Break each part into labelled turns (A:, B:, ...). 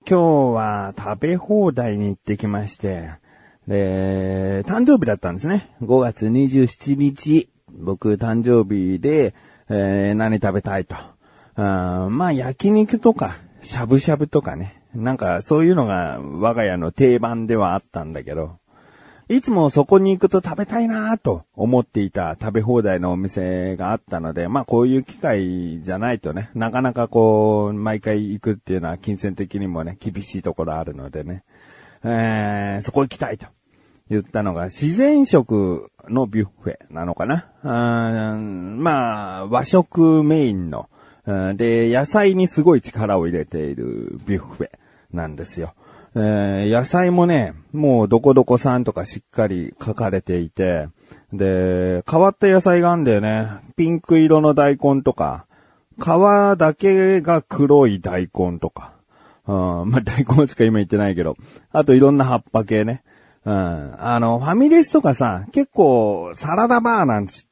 A: 今日は食べ放題に行ってきまして、で、誕生日だったんですね。5月27日、僕誕生日で、何食べたいと。まあ焼肉とか、しゃぶしゃぶとかね。なんかそういうのが我が家の定番ではあったんだけど、いつもそこに行くと食べたいなと思っていた食べ放題のお店があったので、まあこういう機会じゃないとね、なかなかこう、毎回行くっていうのは金銭的にもね、厳しいところあるのでね、そこ行きたいと言ったのが自然食のビュッフェなのかな。まあ和食メインの、で、野菜にすごい力を入れているビュッフェなんですよ。野菜もね、もうどこどこさんとかしっかり書かれていて、で、変わった野菜があるんだよね。ピンク色の大根とか、皮だけが黒い大根とか、まあ大根しか今言ってないけど、あといろんな葉っぱ系ね。ファミレスとかさ、結構サラダバーなんつって、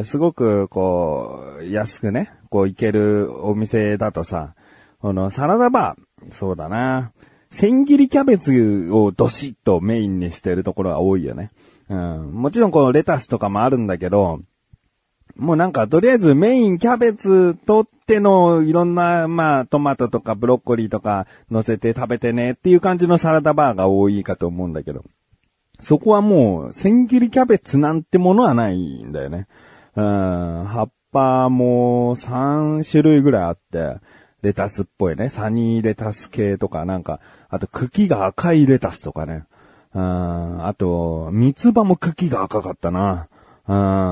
A: すごくこう、安くね、こう行けるお店だとさ、サラダバー、そうだな。千切りキャベツをどしっとメインにしてるところが多いよね。もちろんこのレタスとかもあるんだけど、もうなんかとりあえずメインキャベツ取ってのいろんなまあトマトとかブロッコリーとか乗せて食べてねっていう感じのサラダバーが多いかと思うんだけど、そこはもう千切りキャベツなんてものはないんだよね。葉っぱも3種類ぐらいあって、レタスっぽいね。サニーレタス系とかなんか、あと茎が赤いレタスとかね。あと、三つ葉も茎が赤かったな。キ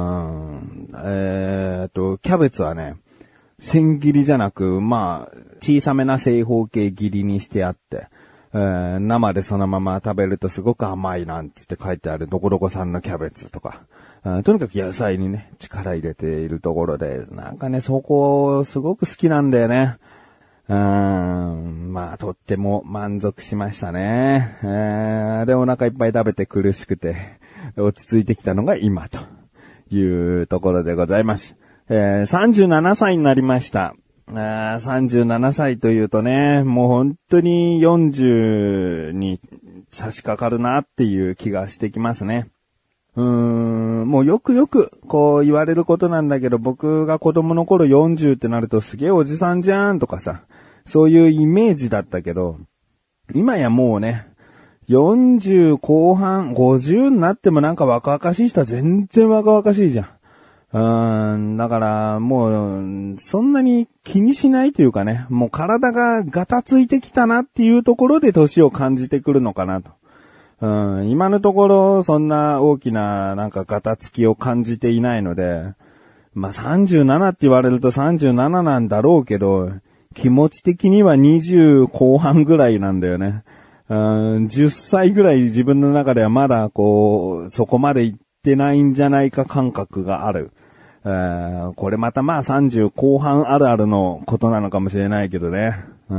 A: ャベツはね、千切りじゃなく、まあ、小さめな正方形切りにしてあって、生でそのまま食べるとすごく甘いなんつって書いてあるどこどこさんのキャベツとか。とにかく野菜にね、力入れているところで、なんかね、そこすごく好きなんだよね。まあ、とっても満足しましたね。で、お腹いっぱい食べて苦しくて、落ち着いてきたのが今というところでございます。37歳になりました。37歳というとね、もう本当に40に差し掛かるなっていう気がしてきますね。もうよくこう言われることなんだけど、僕が子供の頃40ってなるとすげえおじさんじゃんとかさ、そういうイメージだったけど、今やもうね、40後半、50になってもなんか若々しい人は全然若々しいじゃん。だからもうそんなに気にしないというかね、もう体がガタついてきたなっていうところで年を感じてくるのかなと。今のところそんな大きななんかガタつきを感じていないので、まあ、37って言われると37なんだろうけど、気持ち的には20後半ぐらいなんだよね。10歳ぐらい自分の中ではまだこう、そこまで行ってないんじゃないか感覚がある。これまたまあ30後半あるあるのことなのかもしれないけどね。もう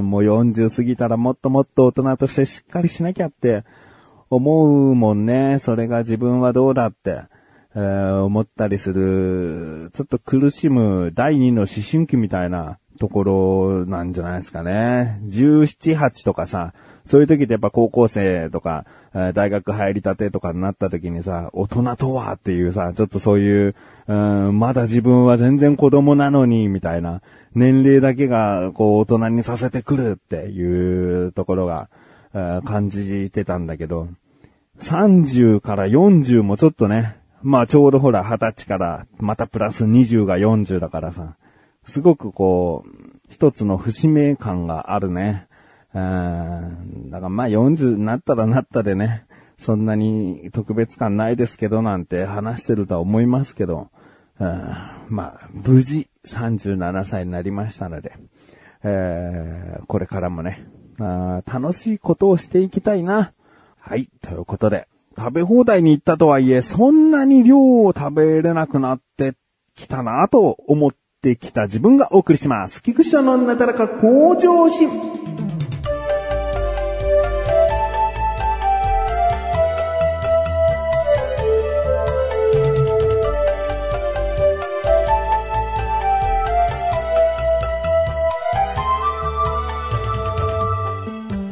A: 40過ぎたらもっともっと大人としてしっかりしなきゃって思うもんね。それが自分はどうだって、思ったりする、ちょっと苦しむ第二の思春期みたいなところなんじゃないですかね。17、8とかさ、そういう時ってやっぱ高校生とか、大学入りたてとかになった時にさ、大人とはっていうさ、ちょっとそういう、まだ自分は全然子供なのに、みたいな、年齢だけがこう大人にさせてくるっていうところが、感じてたんだけど、30から40もちょっとね、まあちょうどほら20歳からまたプラス20が40だからさ、すごくこう、一つの節目感があるね。だからまあ40になったらなったでね、そんなに特別感ないですけどなんて話してるとは思いますけど、まあ無事37歳になりましたので、これからもね、楽しいことをしていきたいな。はい、ということで、食べ放題に行ったとはいえ、そんなに量を食べれなくなってきたなと思ってきた自分がお送りします。菊池さんのなだらか向上心。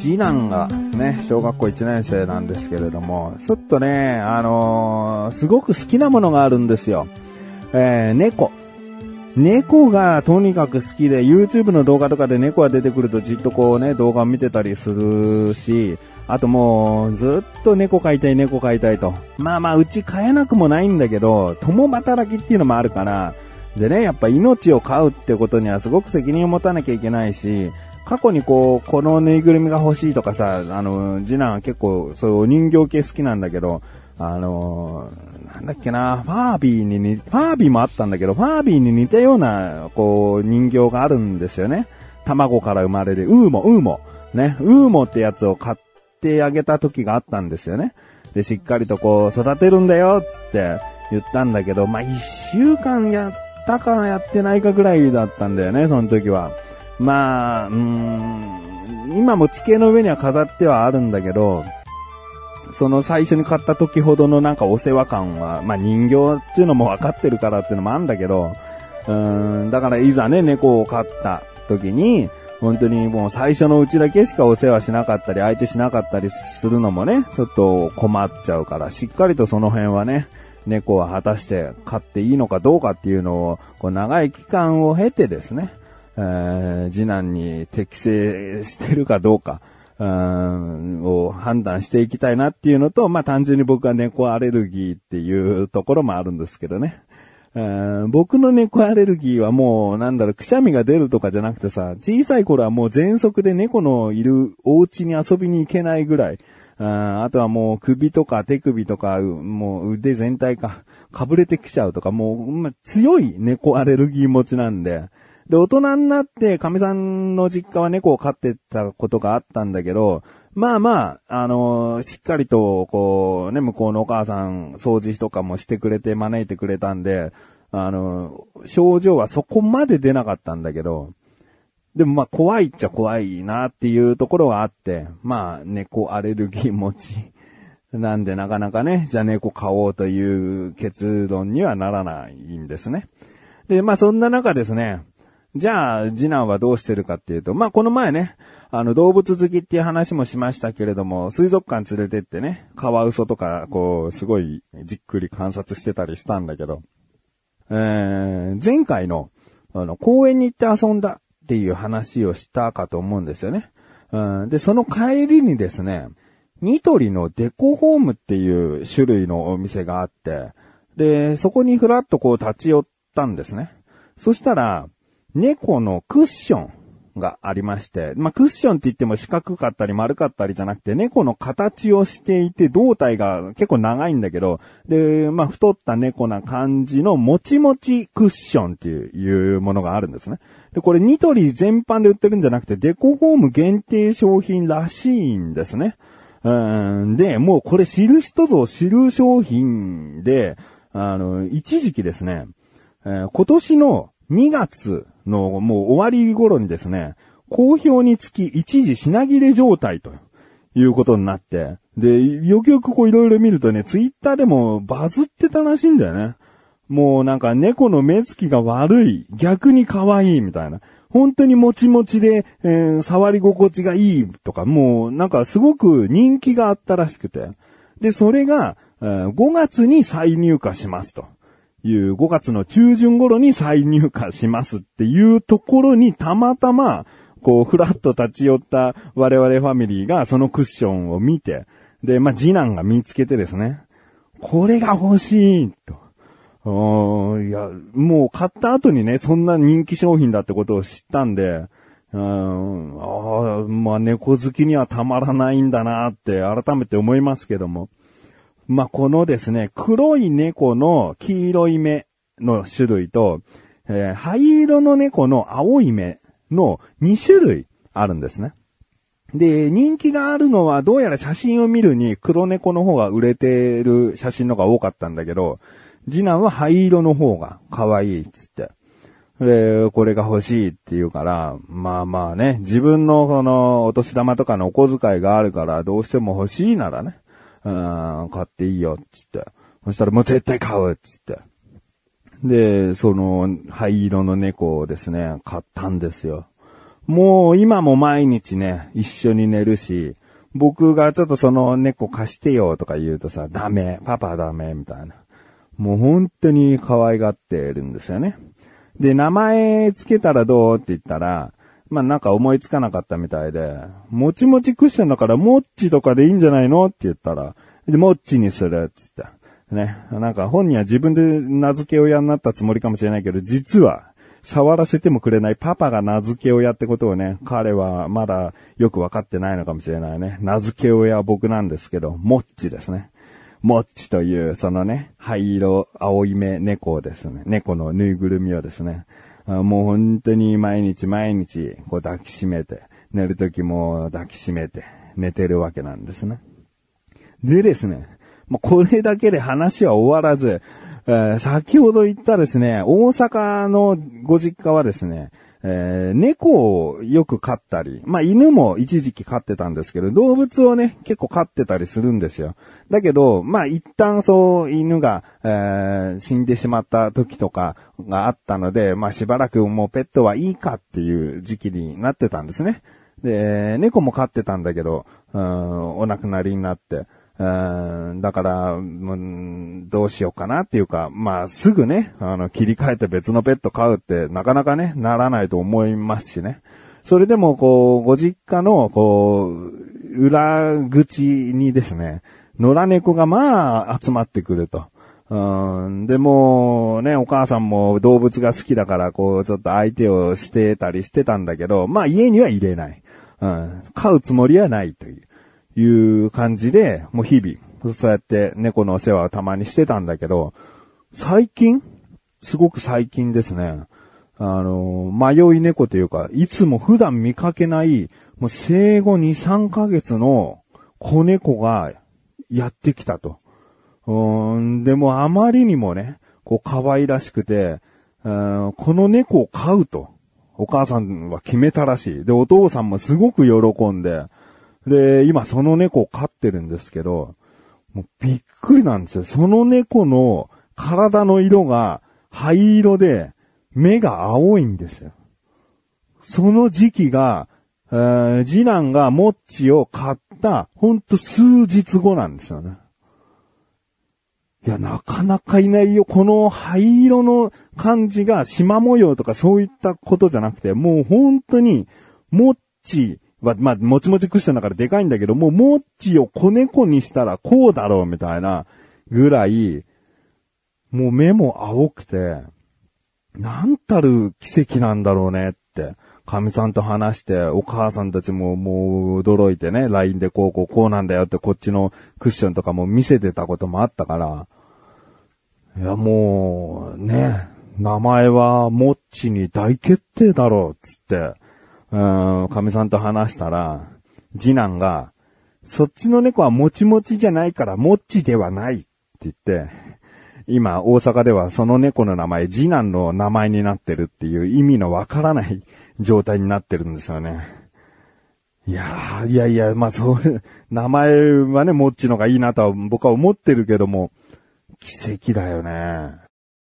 A: 次男がね、小学校1年生なんですけれども、ちょっとね、すごく好きなものがあるんですよ。猫。猫がとにかく好きで、YouTube の動画とかで猫が出てくるとじっとこうね、動画を見てたりするし、あともう、ずっと猫飼いたいと。まあ、うち飼えなくもないんだけど、共働きっていうのもあるから、でね、やっぱ命を飼うってことにはすごく責任を持たなきゃいけないし、過去にこのぬいぐるみが欲しいとかさ、次男は結構そういうお人形系好きなんだけど、なんだっけな、ファービーもあったんだけど、ファービーに似たような、人形があるんですよね。卵から生まれる、ウーモ。ね、ウーモってやつを買ってあげた時があったんですよね。で、しっかりと育てるんだよ、つって言ったんだけど、1週間やったかやってないかぐらいだったんだよね、その時は。今も机の上には飾ってはあるんだけど、その最初に買った時ほどのなんかお世話感は、人形っていうのも分かってるからっていうのもあるんだけど、だからいざね、猫を飼った時に、本当にもう最初のうちだけしかお世話しなかったり、相手しなかったりするのもね、ちょっと困っちゃうから、しっかりとその辺はね、猫は果たして飼っていいのかどうかっていうのを、長い期間を経てですね、次男に適正してるかどうか、を判断していきたいなっていうのと、単純に僕は猫アレルギーっていうところもあるんですけどね。僕の猫アレルギーはもうくしゃみが出るとかじゃなくてさ、小さい頃はもう喘息で猫のいるお家に遊びに行けないぐらい、あとはもう首とか手首とか、もう腕全体かぶれてきちゃうとか、もう、強い猫アレルギー持ちなんで、で、大人になって、亀さんの実家は猫を飼ってたことがあったんだけど、しっかりと、向こうのお母さん、掃除とかもしてくれて、招いてくれたんで、症状はそこまで出なかったんだけど、でも怖いっちゃ怖いなっていうところがあって、猫アレルギー持ち。なんでなかなかね、じゃあ猫飼おうという結論にはならないんですね。で、そんな中ですね、じゃあ、次男はどうしてるかっていうと、この前ね、動物好きっていう話もしましたけれども、水族館連れてってね、カワウソとか、すごいじっくり観察してたりしたんだけど、前回の、公園に行って遊んだっていう話をしたかと思うんですよね。で、その帰りにですね、ニトリのデコホームっていう種類のお店があって、で、そこにふらっと立ち寄ったんですね。そしたら、猫のクッションがありまして、クッションって言っても四角かったり丸かったりじゃなくて、猫の形をしていて胴体が結構長いんだけど、で、太った猫な感じのもちもちクッションっていうものがあるんですね。で、これニトリ全般で売ってるんじゃなくて、デコホーム限定商品らしいんですね。で、もうこれ知る人ぞ知る商品で、一時期ですね、今年の2月のもう終わり頃にですね、好評につき一時品切れ状態ということになって、で、よくよくいろいろ見るとね、ツイッターでもバズってたらしいんだよね。もう猫の目つきが悪い、逆に可愛いみたいな。本当にもちもちで、触り心地がいいとか、もうすごく人気があったらしくて。で、それが、5月に再入荷しますと。いう5月の中旬頃に再入荷しますっていうところにたまたまふらっと立ち寄った我々ファミリーがそのクッションを見て、で、次男が見つけてですね、これが欲しいと。いや、もう買った後にね、そんな人気商品だってことを知ったんで、猫好きにはたまらないんだなって改めて思いますけども。このですね、黒い猫の黄色い目の種類と、灰色の猫の青い目の2種類あるんですね。で、人気があるのはどうやら写真を見るに黒猫の方が売れてる写真のが多かったんだけど、次男は灰色の方が可愛いっつって。で、これが欲しいって言うから、ね、自分のお年玉とかのお小遣いがあるからどうしても欲しいならね、買っていいよ、つって。そしたらもう絶対買う、つって。で、その、灰色の猫をですね、買ったんですよ。 もう今も毎日ね、一緒に寝るし、僕がちょっとその猫貸してよとか言うとさ、ダメ、パパダメ、みたいな。もう本当に可愛がってるんですよね。で、名前つけたらどうって言ったら、まあなんか思いつかなかったみたいで、もちもちクッションだからもっちとかでいいんじゃないのって言ったら、で、もっちにするっつって。ね。なんか本人は自分で名付け親になったつもりかもしれないけど、実は触らせてもくれないパパが名付け親ってことをね、彼はまだよくわかってないのかもしれないね。名付け親は僕なんですけど、もっちですね。もっちという、そのね、灰色、青い目猫ですね。猫のぬいぐるみをですね。もう本当に毎日毎日、こう抱きしめて、寝るときも抱きしめて、寝てるわけなんですね。でですね、これだけで話は終わらず、先ほど言ったですね、大阪のご実家はですね、猫をよく飼ったり、犬も一時期飼ってたんですけど、動物をね、結構飼ってたりするんですよ。だけど、一旦そう犬が、死んでしまった時とかがあったので、しばらくもうペットはいいかっていう時期になってたんですね。で、猫も飼ってたんだけど、お亡くなりになって、だから、どうしようかなっていうか、すぐね、切り替えて別のペット飼うってなかなかね、ならないと思いますしね。それでも、ご実家の、裏口にですね、野良猫が集まってくると。でも、ね、お母さんも動物が好きだから、ちょっと相手をしてたりしてたんだけど、家には入れない。飼うつもりはないという感じで、もう日々、そうやって猫のお世話をたまにしてたんだけど、すごく最近ですね、迷い猫というか、いつも普段見かけない、もう生後2、3ヶ月の子猫がやってきたと。でもあまりにもね、可愛らしくて、この猫を飼うと、お母さんは決めたらしい。で、お父さんもすごく喜んで、で、今その猫を飼ってるんですけど、もうびっくりなんですよ。その猫の体の色が灰色で、目が青いんですよ。その時期が、次男がモッチを買った、ほんと数日後なんですよね。いや、なかなかいないよ。この灰色の感じが縞模様とかそういったことじゃなくて、もう本当に、モッチは、もちもちクッションだからでかいんだけど、もうモッチを子猫にしたらこうだろうみたいなぐらい、もう目も青くて、なんたる奇跡なんだろうねって、神さんと話して、お母さんたちももう驚いてね、LINE でこうなんだよってこっちのクッションとかも見せてたこともあったから、いやもう、ね、名前はモッチに大決定だろうっつって、神さんと話したら、次男が、そっちの猫はもちもちじゃないからモッチではないって言って、今大阪ではその猫の名前、次男の名前になってるっていう意味のわからない状態になってるんですよね。いや、そういう、名前はね、モッチのがいいなとは僕は思ってるけども、奇跡だよね。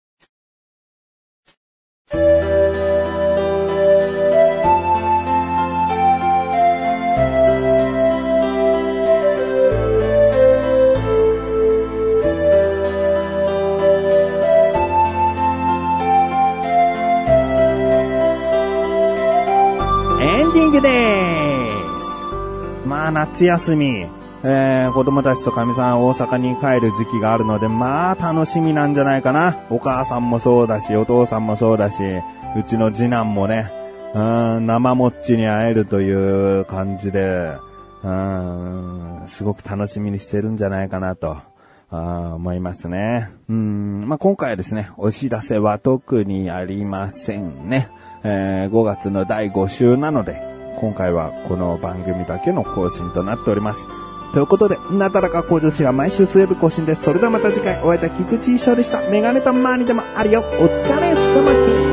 A: エンディングでーす。夏休み。子供たちと神さん大阪に帰る時期があるので、楽しみなんじゃないかな。お母さんもそうだし、お父さんもそうだし、うちの次男もね、生もっちに会えるという感じで、すごく楽しみにしてるんじゃないかなと、思いますね。今回はですね、お知らせは特にありませんね。5月の第5週なので、今回はこの番組だけの更新となっております。ということで、なだらか向上心は毎週水曜日更新です。それではまた次回お会いいた菊池翔でした。メガネとマーニでもあるよ。お疲れ様です。